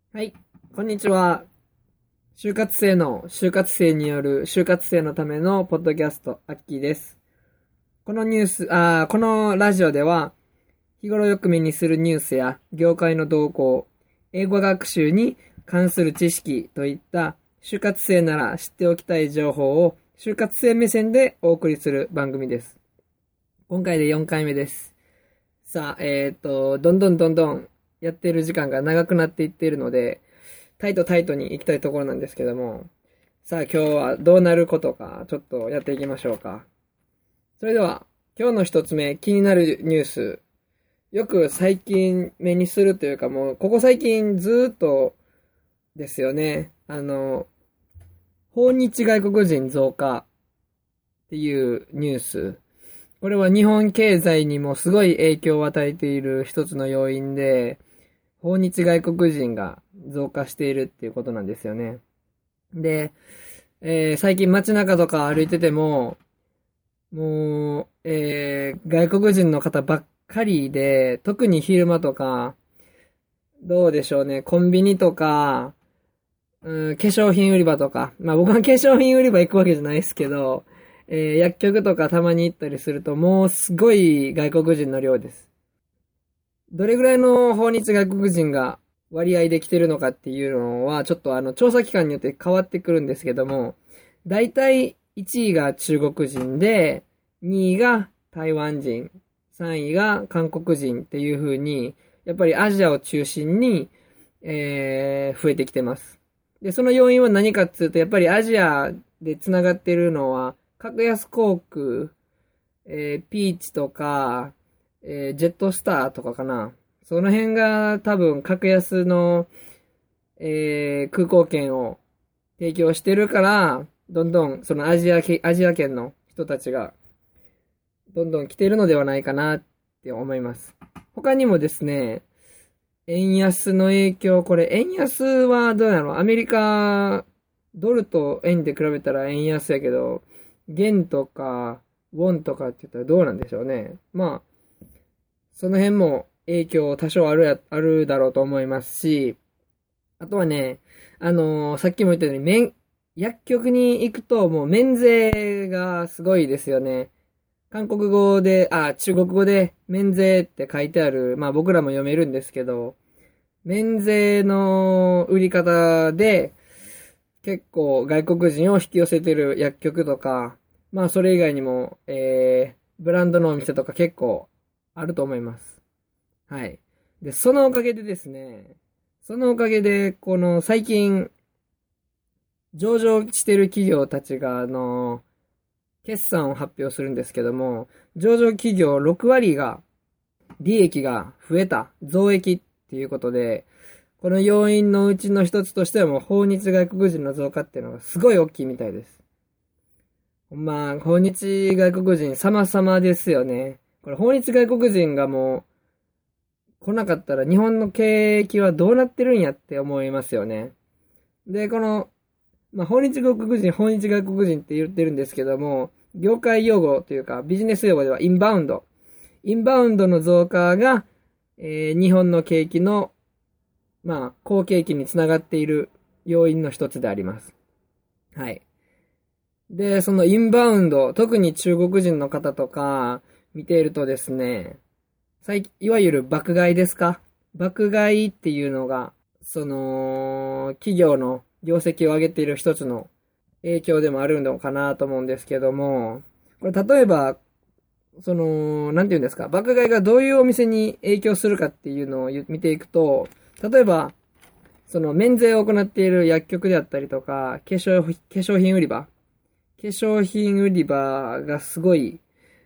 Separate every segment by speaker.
Speaker 1: はい、こんにちは。就活生の就活生による就活生のためのポッドキャスト、アッキーです。このラジオでは、日頃よく目にするニュースや業界の動向、英語学習に関する知識といった就活生なら知っておきたい情報を就活生目線でお送りする番組です。今回で4回目です。さあ、どんどんやってる時間が長くなっていっているので、タイトに行きたいところなんですけども、さあ今日はどうなることか、ちょっとやっていきましょうか。それでは、今日の一つ目、気になるニュース。よく最近目にするというかもう、ここ最近ずーっとですよね。訪日外国人増加っていうニュース。これは日本経済にもすごい影響を与えている一つの要因で、訪日外国人が増加しているっていうことなんですよね。で、最近街中とか歩いてても、もう、外国人の方ばっかりで、特に昼間とか、どうでしょうね、コンビニとか、化粧品売り場とか、まあ僕は化粧品売り場行くわけじゃないですけど、薬局とかたまに行ったりすると、もうすごい外国人の量です。どれぐらいの訪日外国人が割合で来てるのかっていうのは、ちょっと調査機関によって変わってくるんですけども、だいたい1位が中国人で、2位が台湾人、3位が韓国人っていう風に、やっぱりアジアを中心に、増えてきてます。で、その要因は何かっていうと、やっぱりアジアで繋がってるのは、格安航空、ピーチとか、ジェットスターとかかな。その辺が多分格安の、空港券を提供してるから、どんどんそのアジア圏の人たちがどんどん来てるのではないかなって思います。他にもですね、円安の影響、これ円安はどうなの？アメリカ、ドルと円で比べたら円安やけど、元とか、ウォンとかって言ったらどうなんでしょうね。まあ、その辺も影響多少あるだろうと思いますし、あとはね、さっきも言ったように、薬局に行くともう免税がすごいですよね。中国語で免税って書いてある、まあ僕らも読めるんですけど、免税の売り方で結構外国人を引き寄せてる薬局とか、まあそれ以外にも、ブランドのお店とか結構あると思います。はい。で、そのおかげでですね、この最近、上場してる企業たちが、決算を発表するんですけども、上場企業6割が、利益が増えた、増益っていうことで、この要因のうちの一つとしてはもう訪日外国人の増加っていうのがすごい大きいみたいです。まあ、訪日外国人様々ですよね。これ訪日外国人がもう来なかったら日本の景気はどうなってるんやって思いますよね。で、まあ、訪日外国人って言ってるんですけども、業界用語というかビジネス用語ではインバウンド。インバウンドの増加が、日本の景気の、まあ、好景気につながっている要因の一つであります。はい。で、そのインバウンド、特に中国人の方とか見ているとですね、いわゆる爆買いですか？爆買いっていうのが、企業の業績を上げている一つの影響でもあるのかなと思うんですけども、これ例えば、なんていうんですか、爆買いがどういうお店に影響するかっていうのを見ていくと、例えば、免税を行っている薬局であったりとか、化粧品売り場。化粧品売り場がすごい、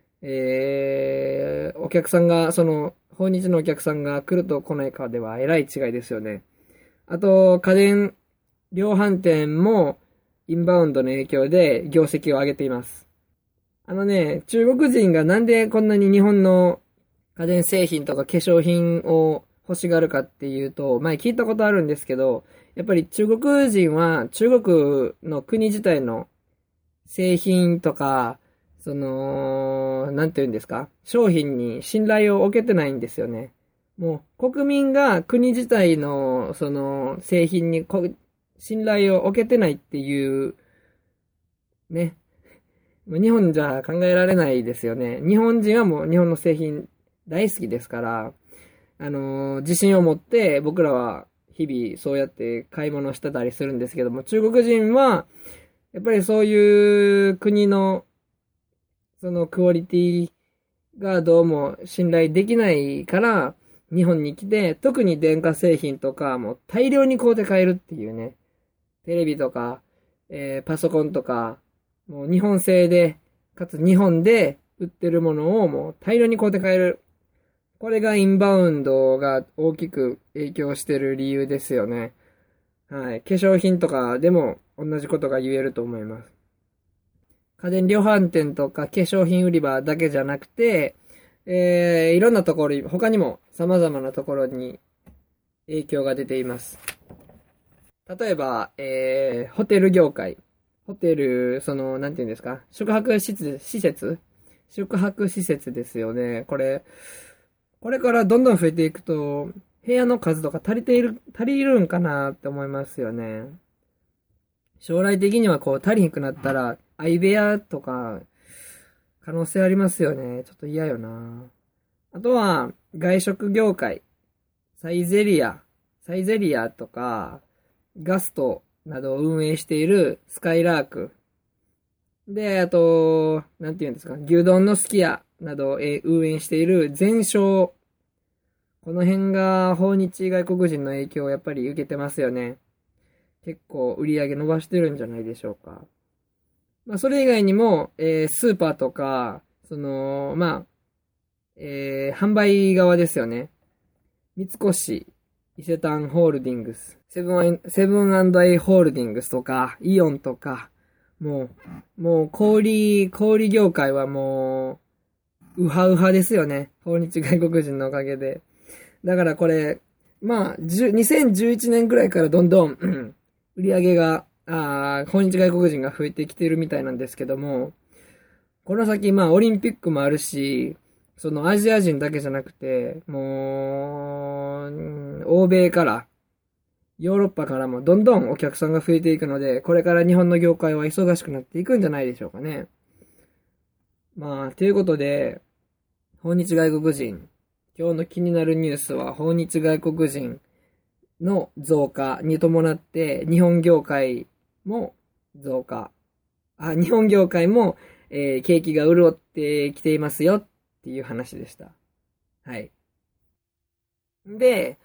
Speaker 1: お客さんが、訪日のお客さんが来ると来ないかではえらい違いですよね。あと、家電量販店もインバウンドの影響で業績を上げています。中国人がなんでこんなに日本の家電製品とか化粧品を欲しがるかっていうと、前聞いたことあるんですけど、やっぱり中国人は中国の国自体の製品とか、なんて言うんですか、商品に信頼を置けてないんですよね。 もう国民が国自体のその製品に信頼を置けてないっていうね。日本じゃ考えられないですよね。日本人はもう日本の製品大好きですから、自信を持って僕らは日々そうやって買い物してたりするんですけども、中国人はやっぱりそういう国のそのクオリティがどうも信頼できないから、日本に来て、特に電化製品とか、もう大量に買うて買えるっていうね。テレビとか、パソコンとか、もう日本製で、かつ日本で売ってるものをもう大量に買うて買える。これがインバウンドが大きく影響してる理由ですよね。はい。化粧品とかでも同じことが言えると思います。家電量販店とか化粧品売り場だけじゃなくて、いろんなところ、他にも様々なところに影響が出ています。例えば、ホテル業界。ホテル、なんていうんですか、宿泊施設宿泊施設ですよね。これからどんどん増えていくと、部屋の数とか足りるんかなって思いますよね。将来的には足りひんくなったら、相部屋とか、可能性ありますよね。ちょっと嫌よな。あとは、外食業界。サイゼリアとか、ガストなどを運営しているスカイラーク。で、あと、なんていうんですか、牛丼のすき家などを運営している全商。この辺が訪日外国人の影響をやっぱり受けてますよね。結構売り上げ伸ばしてるんじゃないでしょうか。まあ、それ以外にも、スーパーとか、販売側ですよね。三越、伊勢丹ホールディングス、セブン&アイホールディングスとか、イオンとか、もう小売業界はもう、ウハウハですよね。訪日外国人のおかげで。だからこれ、2011年ぐらいからどんどん売り上げが、訪日外国人が増えてきてるみたいなんですけども、この先、オリンピックもあるし、そのアジア人だけじゃなくて、もう、欧米から、ヨーロッパからもどんどんお客さんが増えていくので、これから日本の業界は忙しくなっていくんじゃないでしょうかね。ということで、訪日外国人、今日の気になるニュースは、訪日外国人の増加に伴って、日本業界も増加。日本業界も、景気が潤ってきていますよっていう話でした。はい。で、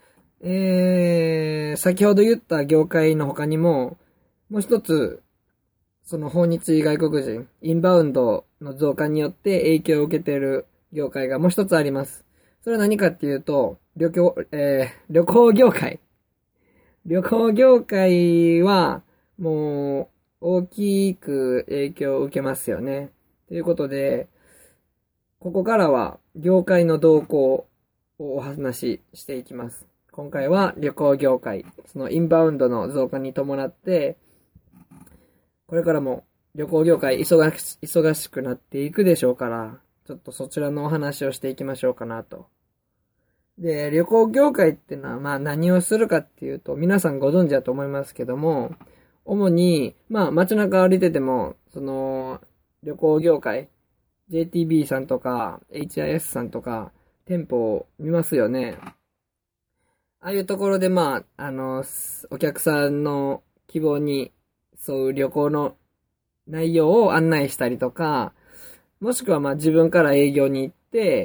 Speaker 1: 先ほど言った業界の他にも、もう一つ、その訪日外国人、インバウンドの増加によって影響を受けている業界がもう一つあります。それは何かっていうと、旅行業界。旅行業界は、もう、大きく影響を受けますよね。ということで、ここからは、業界の動向をお話ししていきます。今回は旅行業界、そのインバウンドの増加に伴って、これからも旅行業界忙しくなっていくでしょうから、ちょっとそちらのお話をしていきましょうかなと。で、旅行業界っていうのは、何をするかっていうと、皆さんご存知だと思いますけども、主に、街中歩いてても、その、旅行業界、JTB さんとか、HIS さんとか、店舗を見ますよね。ああいうところで、お客さんの希望に、そういう旅行の内容を案内したりとか、もしくは自分から営業に行って、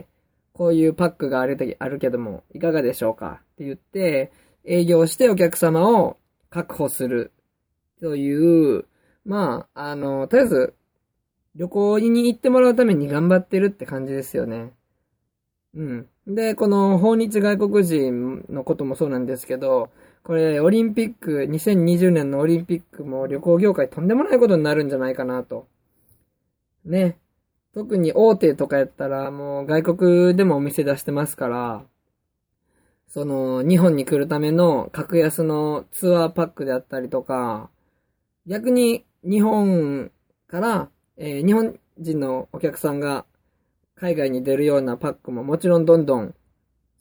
Speaker 1: こういうパックがあるけども、いかがでしょうかって言って、営業してお客様を確保する。という、とりあえず、旅行に行ってもらうために頑張ってるって感じですよね。うん。で、この訪日外国人のこともそうなんですけど、これ、2020年のオリンピックも旅行業界とんでもないことになるんじゃないかなと。ね。特に大手とかやったら、もう外国でもお店出してますから、その、日本に来るための格安のツアーパックであったりとか、逆に日本から、日本人のお客さんが海外に出るようなパックももちろんどんどん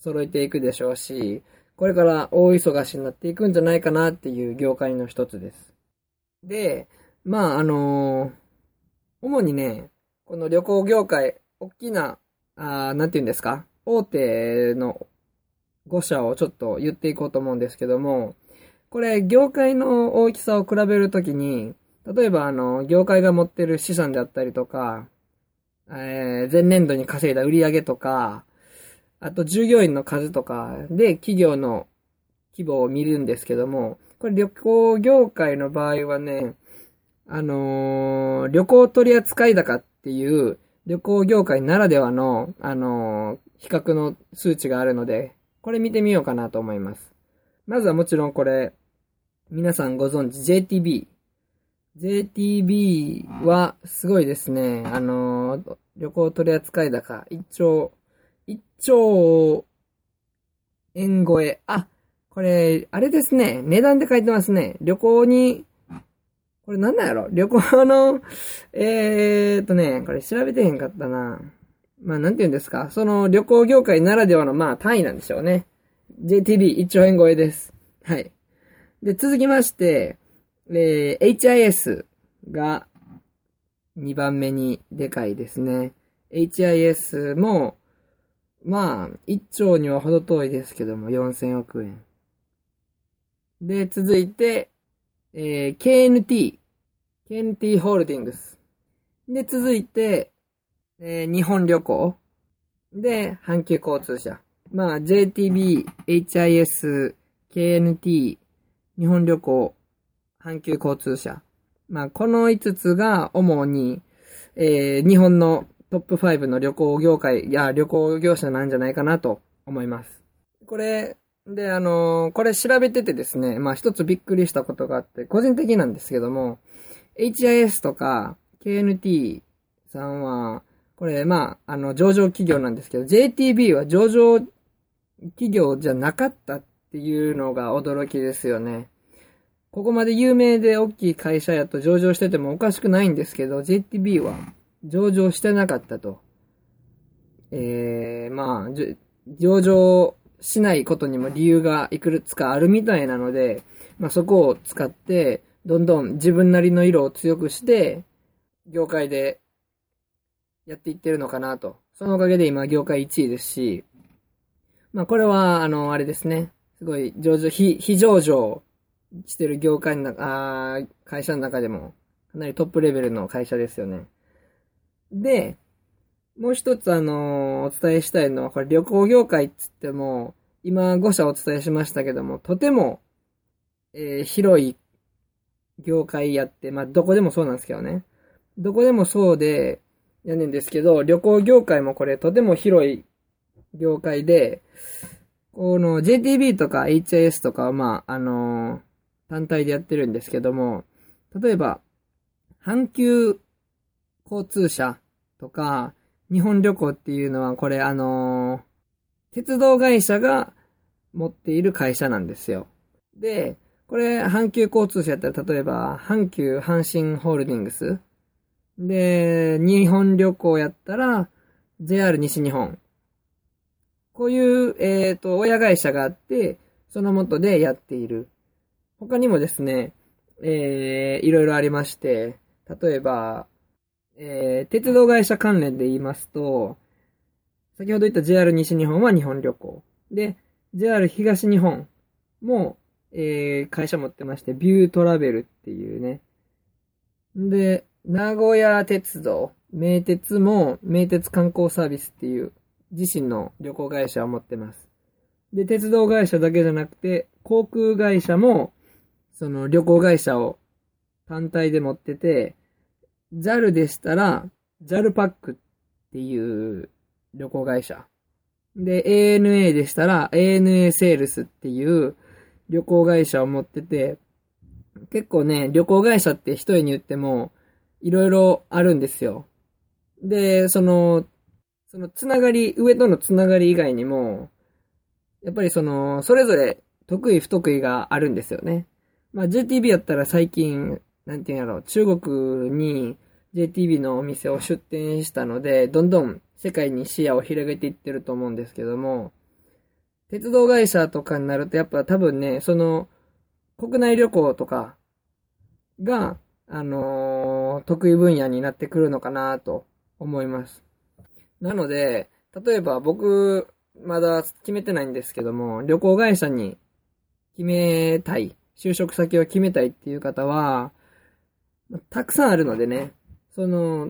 Speaker 1: 揃えていくでしょうし、これから大忙しになっていくんじゃないかなっていう業界の一つです。で、主にね、この旅行業界、大きな、なんて言うんですか、大手の5社をちょっと言っていこうと思うんですけども、これ、業界の大きさを比べるときに、例えば業界が持ってる資産であったりとか、前年度に稼いだ売り上げとか、あと従業員の数とかで企業の規模を見るんですけども、これ旅行業界の場合はね、旅行取扱高っていう旅行業界ならではの、比較の数値があるので、これ見てみようかなと思います。まずはもちろんこれ、皆さんご存知 JTB。JTB はすごいですね。旅行取扱高1兆円超え。あ、これ、あれですね。値段で書いてますね。旅行に、これなんなんやろ旅行の、これ調べてへんかったな。まあ、なんて言うんですか。その旅行業界ならではの、まあ、単位なんでしょうね。JTB1 兆円超えです。はい。で、続きまして、HIS が2番目にでかいですね。HIS も、まあ、1兆にはほど遠いですけども、4000億円。で、続いて、KNT ホールディングス。で、続いて、日本旅行。で、阪急交通社。まあ、JTB、HIS、KNT、日本旅行、阪急交通社。まあ、この5つが主に、日本のトップ5の旅行業界や旅行業者なんじゃないかなと思います。これ、で、これ調べててですね、まあ一つびっくりしたことがあって、個人的なんですけども、HIS とか KNT さんは、これ、まあ、上場企業なんですけど、JTB は上場企業じゃなかったっていうのが驚きですよね。ここまで有名で大きい会社やと上場しててもおかしくないんですけど、JTB は上場してなかったと。まあ、上場しないことにも理由がいくつかあるみたいなので、まあそこを使って、どんどん自分なりの色を強くして、業界でやっていってるのかなと。そのおかげで今業界1位ですし、まあこれは、あれですね。すごい非上場してる業界の会社の中でも、かなりトップレベルの会社ですよね。で、もう一つお伝えしたいのは、これ旅行業界っつっても、今5社お伝えしましたけども、とても、広い業界やって、まあどこでもそうなんですけどね。どこでもそうで、やねんですけど、旅行業界もこれとても広い業界で、この JTB とか HIS とかはまあ、単体でやってるんですけども、例えば、阪急交通社とか、日本旅行っていうのはこれ鉄道会社が持っている会社なんですよ。で、これ阪急交通社やったら例えば阪急阪神ホールディングス。で、日本旅行やったら JR 西日本。こういう、親会社があって、その下でやっている。他にもですね、いろいろありまして、例えば、鉄道会社関連で言いますと、先ほど言った JR 西日本は日本旅行。で、JR 東日本も、会社持ってまして、ビュートラベルっていうね。で、名古屋鉄道、名鉄も、名鉄観光サービスっていう自身の旅行会社を持ってます。で、鉄道会社だけじゃなくて、航空会社も、その旅行会社を単体で持ってて、JAL でしたら、JAL パックっていう旅行会社。で、ANA でしたら、ANA セールスっていう旅行会社を持ってて、結構ね、旅行会社って一重に言っても、いろいろあるんですよ。で、そのつながり、上とのつながり以外にも、やっぱりそれぞれ得意不得意があるんですよね。まあ JTB やったら最近、なんていうんやろ、中国に JTB のお店を出店したので、どんどん世界に視野を広げていってると思うんですけども、 鉄道会社とかになるとやっぱ多分ね、その、国内旅行とかが、得意分野になってくるのかなと思います。なので、例えば僕、まだ決めてないんですけども、旅行会社に決めたい、就職先を決めたいっていう方は、たくさんあるのでね、その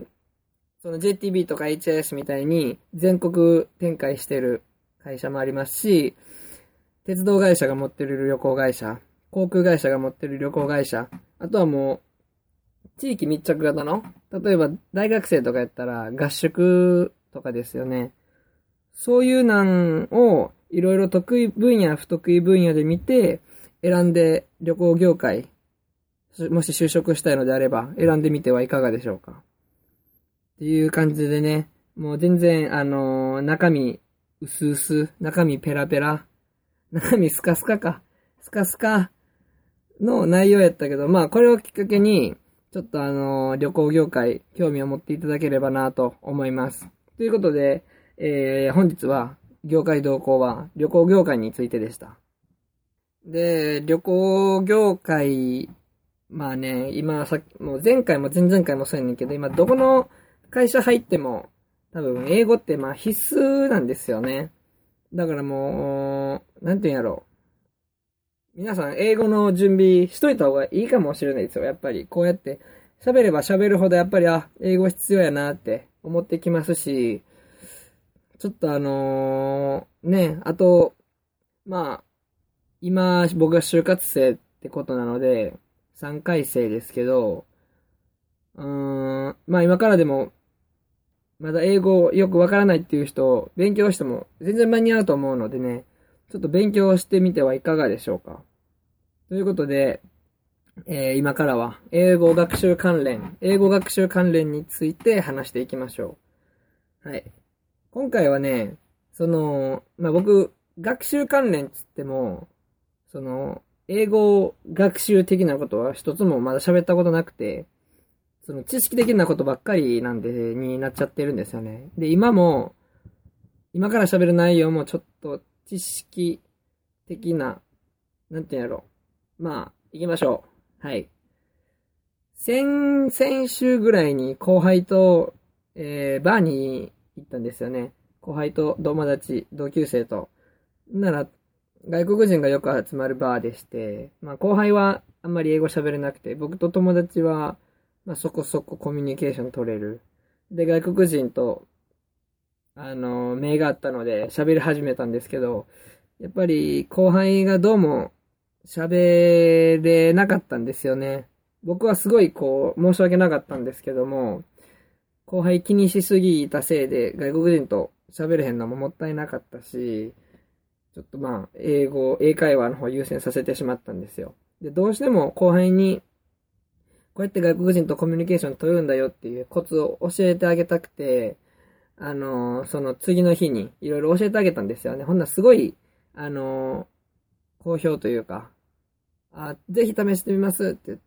Speaker 1: JTB とか HIS みたいに全国展開してる会社もありますし、鉄道会社が持ってる旅行会社、航空会社が持ってる旅行会社、あとはもう、地域密着型の、例えば大学生とかやったら合宿とかですよね。そういうなんをいろいろ得意分野、不得意分野で見て、選んで旅行業界、もし就職したいのであれば選んでみてはいかがでしょうか。っていう感じでね、もう全然中身薄々、中身ペラペラ、中身スカスカか、スカスカの内容やったけど、まあこれをきっかけに、ちょっと旅行業界興味を持っていただければなと思います。ということで、本日は業界動向は旅行業界についてでした。で、旅行業界、まあね、今もう前回も前々回もそうやねんけど、今どこの会社入っても多分英語ってまあ必須なんですよね。だからもう、なんて言うんやろう。皆さん英語の準備しといた方がいいかもしれないですよ。やっぱりこうやって喋れば喋るほどやっぱり英語必要やなって思ってきますし、ちょっとね、あと、まあ、今僕が就活生ってことなので、3回生ですけど、まあ今からでも、まだ英語よくわからないっていう人、勉強しても全然間に合うと思うのでね、ちょっと勉強してみてはいかがでしょうか。ということで、今からは英語学習関連について話していきましょう。はい。今回はね、まあ僕、学習関連つっても、英語学習的なことは一つもまだ喋ったことなくて、知識的なことばっかりになっちゃってるんですよね。で、今から喋る内容もちょっと知識的な、なんていうんやろ。まあ、行きましょう。はい。先週ぐらいに後輩と、バーに行ったんですよね。後輩と友達、同級生と。なら、外国人がよく集まるバーでして、まあ後輩はあんまり英語喋れなくて、僕と友達は、まあそこそこコミュニケーション取れる。で、外国人と、目があったので喋り始めたんですけど、やっぱり後輩がどうも喋れなかったんですよね。僕はすごい申し訳なかったんですけども、後輩気にしすぎたせいで外国人と喋れへんのももったいなかったし、ちょっとまあ、英会話の方優先させてしまったんですよ。で、どうしても後輩に、こうやって外国人とコミュニケーション取るんだよっていうコツを教えてあげたくて、その次の日にいろいろ教えてあげたんですよね。ほんならすごい、好評というか、ぜひ試してみますって言って、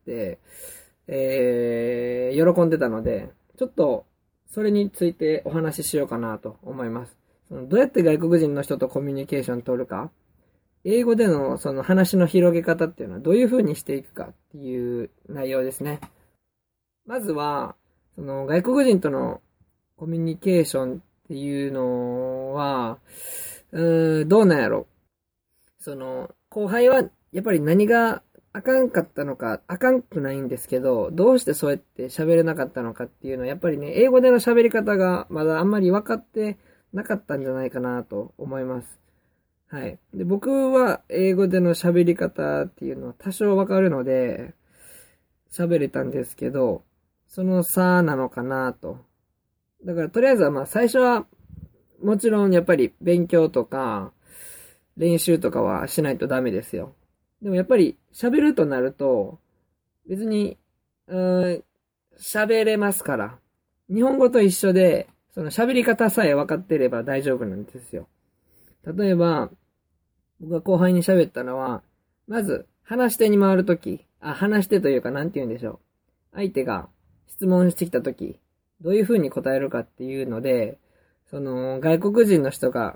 Speaker 1: 喜んでたので、ちょっと、それについてお話ししようかなと思います。どうやって外国人の人とコミュニケーション取るか、英語でのその話の広げ方っていうのはどういう風にしていくかっていう内容ですね。まずは、外国人とのコミュニケーションっていうのは、どうなんやろ。後輩はやっぱり何があかんかったのか、あかんくないんですけど、どうしてそうやって喋れなかったのかっていうのは、やっぱりね、英語での喋り方がまだあんまり分かってなかったんじゃないかなと思います。はい。で、僕は英語での喋り方っていうのは多少分かるので、喋れたんですけど、その差なのかなと。だからとりあえずはまあ最初は、もちろんやっぱり勉強とか、練習とかはしないとダメですよ。でもやっぱり喋るとなると、別に、喋れますから。日本語と一緒で、その喋り方さえ分かってれば大丈夫なんですよ。例えば、僕が後輩に喋ったのは、まず、話し手に回るとき、話し手というかなんて言うんでしょう。相手が質問してきたとき、どういう風に答えるかっていうので、外国人の人が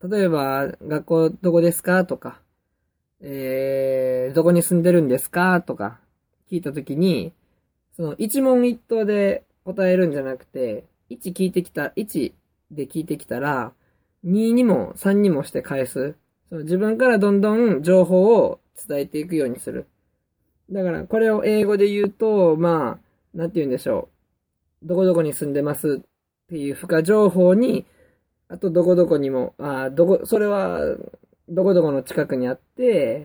Speaker 1: 例えば、学校どこですかとか、どこに住んでるんですかとか聞いたときに、その一問一答で答えるんじゃなくて、1で聞いてきたら、2にも3にもして返す。その自分からどんどん情報を伝えていくようにする。だから、これを英語で言うと、まあ、なんて言うんでしょう。どこどこに住んでますっていう付加情報に、あとどこどこにも、それは、どこどこの近くにあって、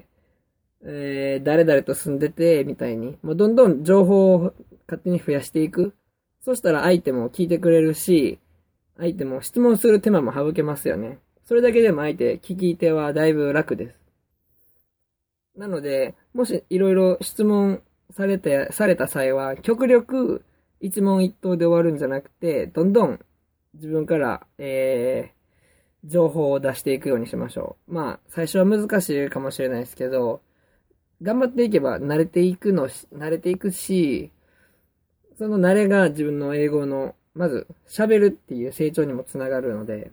Speaker 1: 誰々と住んでて、みたいに、もうどんどん情報を勝手に増やしていく。そしたら相手も聞いてくれるし、相手も質問する手間も省けますよね。それだけでも聞き手はだいぶ楽です。なので、もしいろいろ質問された際は、極力一問一答で終わるんじゃなくて、どんどん自分から、情報を出していくようにしましょう。まあ、最初は難しいかもしれないですけど、頑張っていけば慣れていくし、その慣れが自分の英語の、まず喋るっていう成長にもつながるので、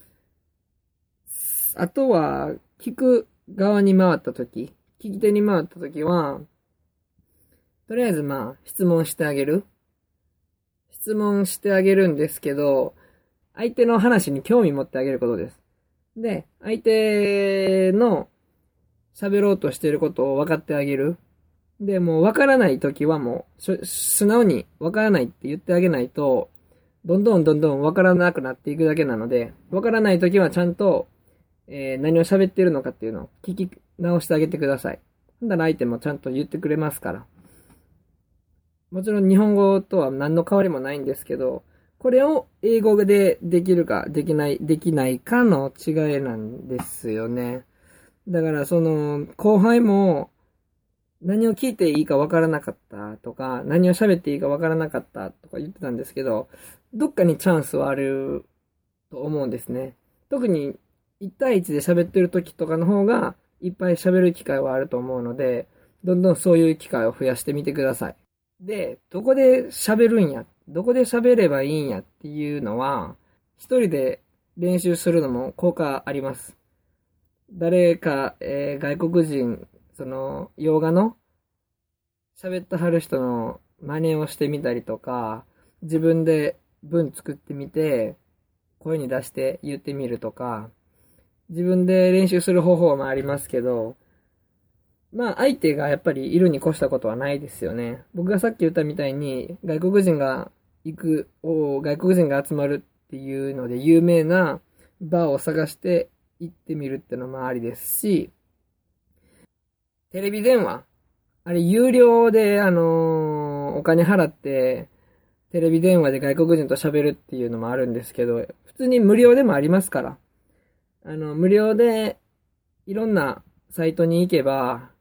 Speaker 1: あとは、聞く側に回った時、聞き手に回った時は、とりあえずまあ、質問してあげる。質問してあげるんですけど、相手の話に興味持ってあげることです。で、相手の喋ろうとしていることを分かってあげる。で、もう分からないときはもう、素直に分からないって言ってあげないと、どんどん分からなくなっていくだけなので、分からないときはちゃんと、何を喋っているのかっていうのを聞き直してあげてください。ほんだら相手もちゃんと言ってくれますから。もちろん日本語とは何の変わりもないんですけど、これを英語でできるかできないかの違いなんですよね。だから後輩も何を聞いていいかわからなかったとか、何を喋っていいかわからなかったとか言ってたんですけど、どっかにチャンスはあると思うんですね。特に1対1で喋ってる時とかの方がいっぱい喋る機会はあると思うので、どんどんそういう機会を増やしてみてください。で、どこで喋ればいいんやっていうのは、一人で練習するのも効果あります。誰か、外国人、洋画の喋ってはる人の真似をしてみたりとか、自分で文作ってみて、声に出して言ってみるとか、自分で練習する方法もありますけど、まあ相手がやっぱりいるに越したことはないですよね。僕がさっき言ったみたいに外国人が集まるっていうので有名なバーを探して行ってみるってのもありですし、テレビ電話。あれ有料でお金払ってテレビ電話で外国人と喋るっていうのもあるんですけど、普通に無料でもありますから。無料でいろんなサイトに行けば、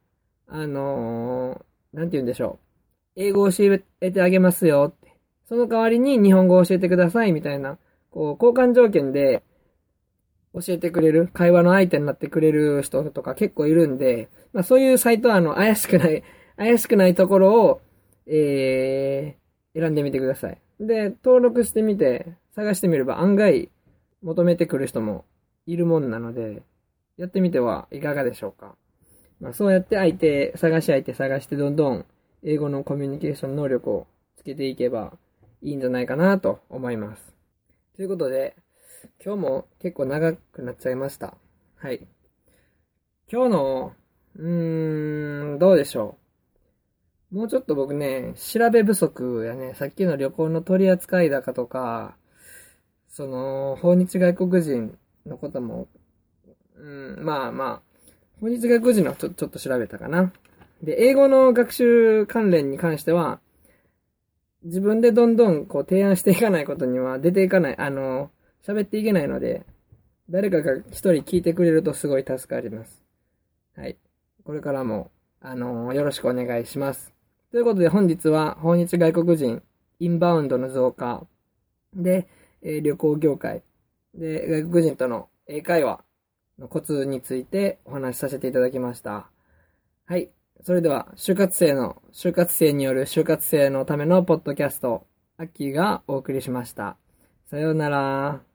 Speaker 1: なんて言うんでしょう。英語を教えてあげますよって。その代わりに日本語を教えてくださいみたいな、交換条件で教えてくれる、会話の相手になってくれる人とか結構いるんで、まあそういうサイトは怪しくないところを、選んでみてください。で、登録してみて、探してみれば案外求めてくる人もいるもんなので、やってみてはいかがでしょうか。まあ、そうやって探してどんどん英語のコミュニケーション能力をつけていけばいいんじゃないかなと思います。ということで、今日も結構長くなっちゃいました。はい。今日の、どうでしょう。もうちょっと僕ね、調べ不足やね、さっきの旅行の取扱い高とか、訪日外国人のことも、まあ、訪日外国人のちょっと調べたかな。で、英語の学習関連に関しては、自分でどんどん提案していかないことには出ていかない、喋っていけないので、誰かが一人聞いてくれるとすごい助かります。はい。これからも、よろしくお願いします。ということで本日は訪日外国人、インバウンドの増加、で、旅行業界、で、外国人との英会話のコツについてお話しさせていただきました。はい。それでは、就活生による就活生のためのポッドキャスト、アッキーがお送りしました。さようなら。